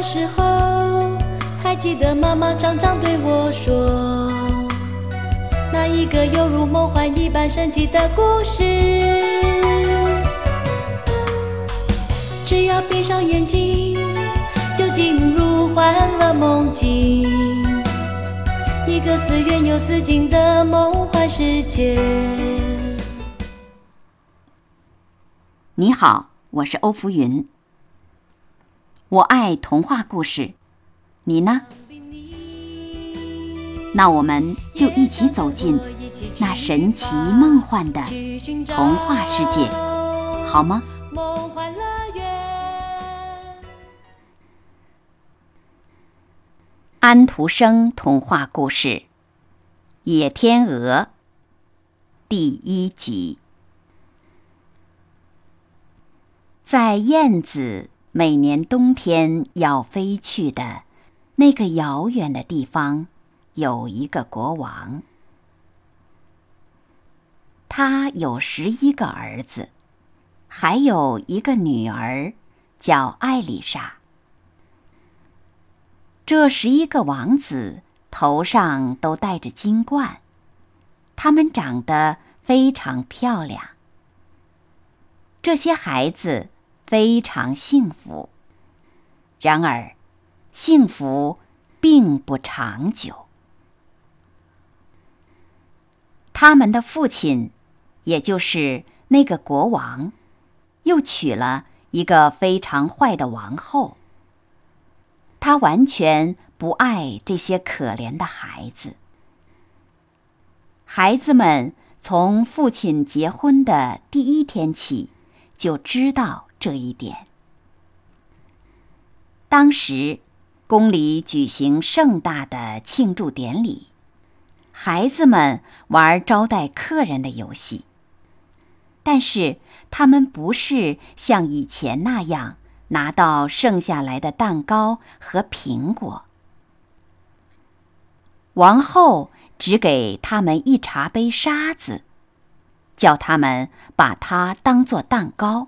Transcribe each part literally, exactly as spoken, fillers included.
时候，还记得妈妈常常对我说，那一个犹如梦幻一般神奇的故事。只要闭上眼睛，就进入欢乐梦境，一个似远又似近的梦幻世界。 你好，我是欧福云。我爱童话故事，你呢？那我们就一起走进那神奇梦幻的童话世界，好吗？ 梦幻乐园。 安徒生童话故事《野天鹅》第一集。在燕子每年冬天要飞去的那个遥远的地方，有一个国王。他有十一个儿子，还有一个女儿，叫艾丽莎。这十一个王子头上都戴着金冠，他们长得非常漂亮。这些孩子非常幸福，然而幸福并不长久。他们的父亲，也就是那个国王，又娶了一个非常坏的王后。他完全不爱这些可怜的孩子。孩子们从父亲结婚的第一天起就知道这一点。当时宫里举行盛大的庆祝典礼，孩子们玩招待客人的游戏，但是他们不是像以前那样拿到剩下来的蛋糕和苹果。王后只给他们一茶杯沙子，叫他们把它当作蛋糕。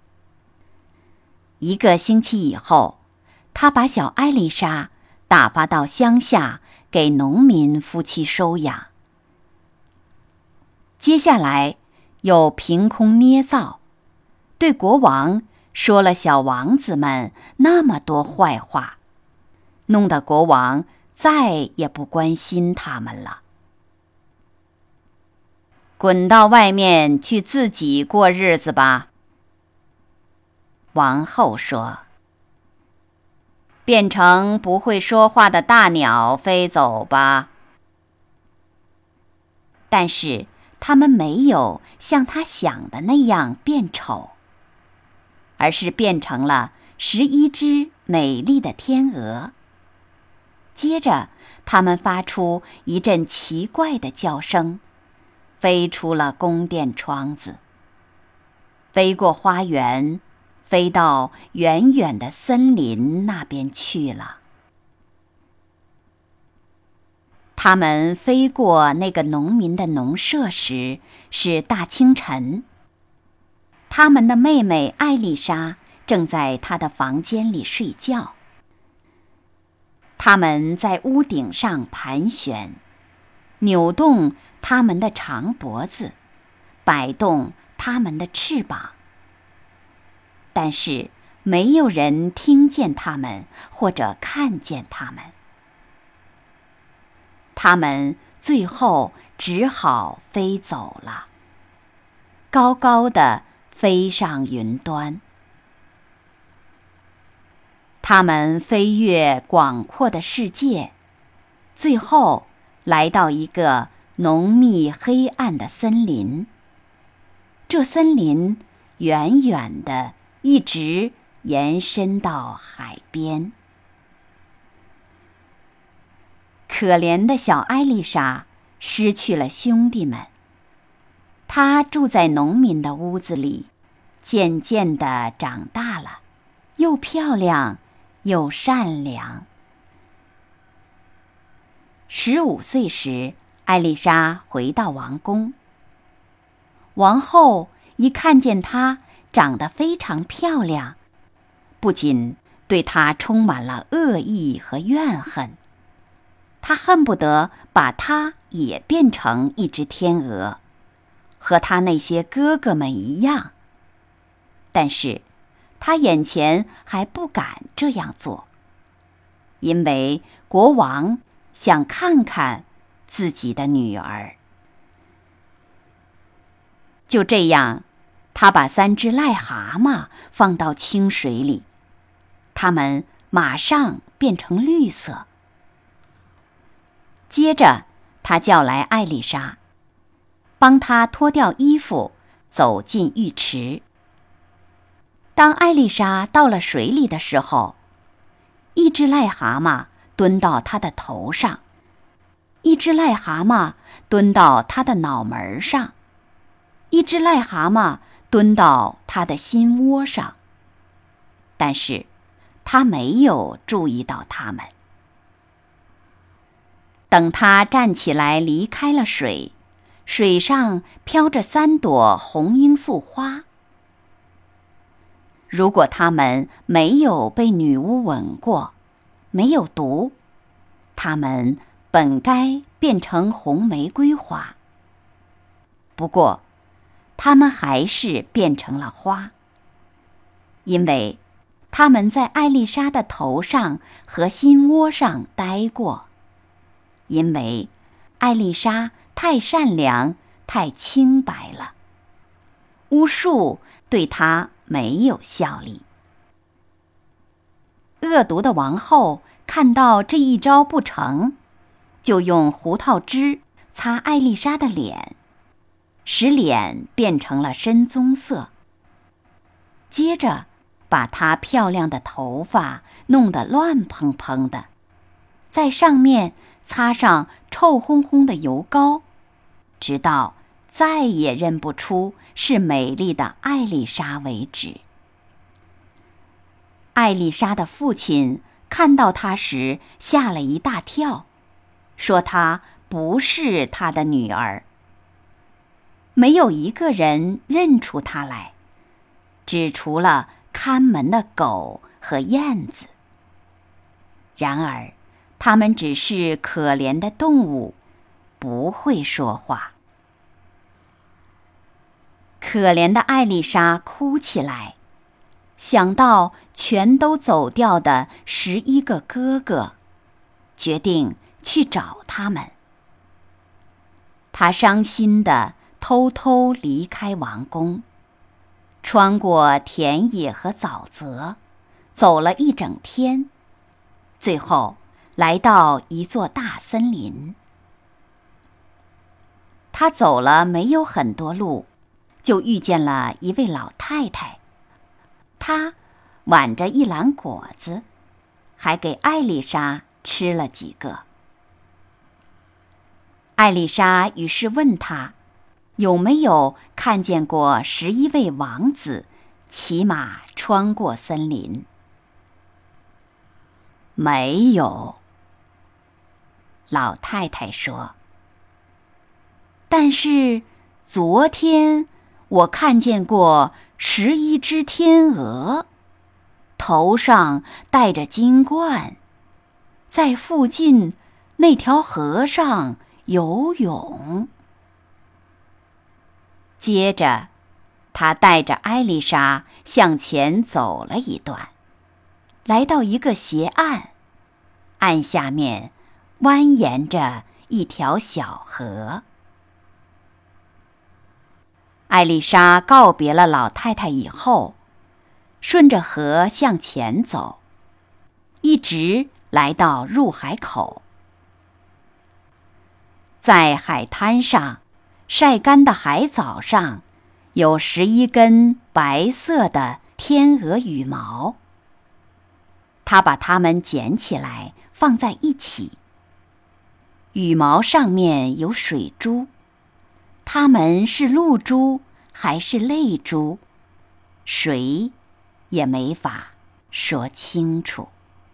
一个星期以后，他把小艾丽莎打发到乡下给农民夫妻收养。接下来又凭空捏造，对国王说了小王子们那么多坏话，弄得国王再也不关心他们了。滚到外面去自己过日子吧，王后说。变成不会说话的大鸟飞走吧。但是他们没有像他想的那样变丑，而是变成了十一只美丽的天鹅。接着他们发出一阵奇怪的叫声，飞出了宫殿窗子，飞过花园，飞到远远的森林那边去了。他们飞过那个农民的农舍时，是大清晨。他们的妹妹艾丽莎正在她的房间里睡觉。他们在屋顶上盘旋，扭动他们的长脖子，摆动他们的翅膀。但是没有人听见他们或者看见他们。他们最后只好飞走了，高高的飞上云端。他们飞越广阔的世界，最后来到一个浓密黑暗的森林。这森林远远的一直延伸到海边。可怜的小艾丽莎失去了兄弟们，她住在农民的屋子里，渐渐地长大了，又漂亮又善良。十五岁时，艾丽莎回到王宫。王后一看见她长得非常漂亮，不仅对他充满了恶意和怨恨。他恨不得把他也变成一只天鹅，和他那些哥哥们一样。但是他眼前还不敢这样做，因为国王想看看自己的女儿。就这样，他把三只癞蛤蟆放到清水里，它们马上变成绿色。接着，他叫来艾丽莎，帮她脱掉衣服，走进浴池。当艾丽莎到了水里的时候，一只癞蛤蟆蹲到她的头上，一只癞蛤蟆蹲到她的脑门上，一只癞蛤蟆蹲到她的心窝上。但是，她没有注意到它们。等她站起来离开了水，水上飘着三朵红罂粟花。如果它们没有被女巫吻过，没有毒，它们本该变成红玫瑰花。不过，它们还是变成了花，因为它们在艾丽莎的头上和心窝上待过，因为艾丽莎太善良、太清白了，巫术对她没有效力。恶毒的王后看到这一招不成，就用胡桃汁擦艾丽莎的脸，使脸变成了深棕色。接着把她漂亮的头发弄得乱蓬蓬的，在上面擦上臭烘烘的油膏，直到再也认不出是美丽的艾丽莎为止。艾丽莎的父亲看到她时吓了一大跳，说她不是他的女儿。没有一个人认出她来，只除了看门的狗和燕子。然而，它们只是可怜的动物，不会说话。可怜的艾丽莎哭起来，想到全都走掉的十一个哥哥，决定去找他们。她伤心地偷偷离开王宫，穿过田野和沼泽，走了一整天，最后来到一座大森林。她走了没有很多路，就遇见了一位老太太。她挽着一篮果子，还给艾丽莎吃了几个。艾丽莎于是问她，有没有看见过十一位王子骑马穿过森林？没有，老太太说。但是昨天我看见过十一只天鹅，头上戴着金冠，在附近那条河上游泳。接着，他带着艾丽莎向前走了一段，来到一个斜岸，岸下面蜿蜒着一条小河。艾丽莎告别了老太太以后，顺着河向前走，一直来到入海口。在海滩上，晒干的海藻上有十一根白色的天鹅羽毛。她把它们捡起来放在一起。羽毛上面有水珠，它们是露珠还是泪珠，谁也没法说清楚。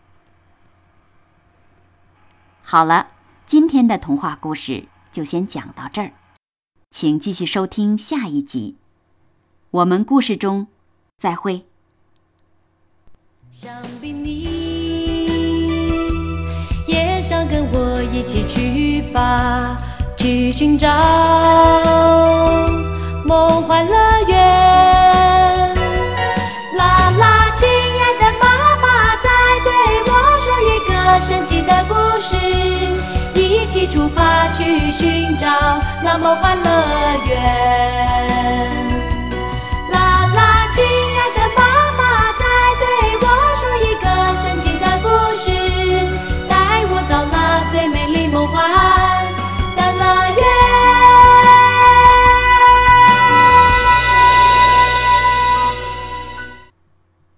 好了，今天的童话故事就先讲到这儿，请继续收听下一集。我们故事中再会。 想必你也想跟我一起去吧，去寻找梦幻乐园。啦啦，亲爱的妈妈在对我说一个神奇的故事，一起出发去寻找那梦幻乐园。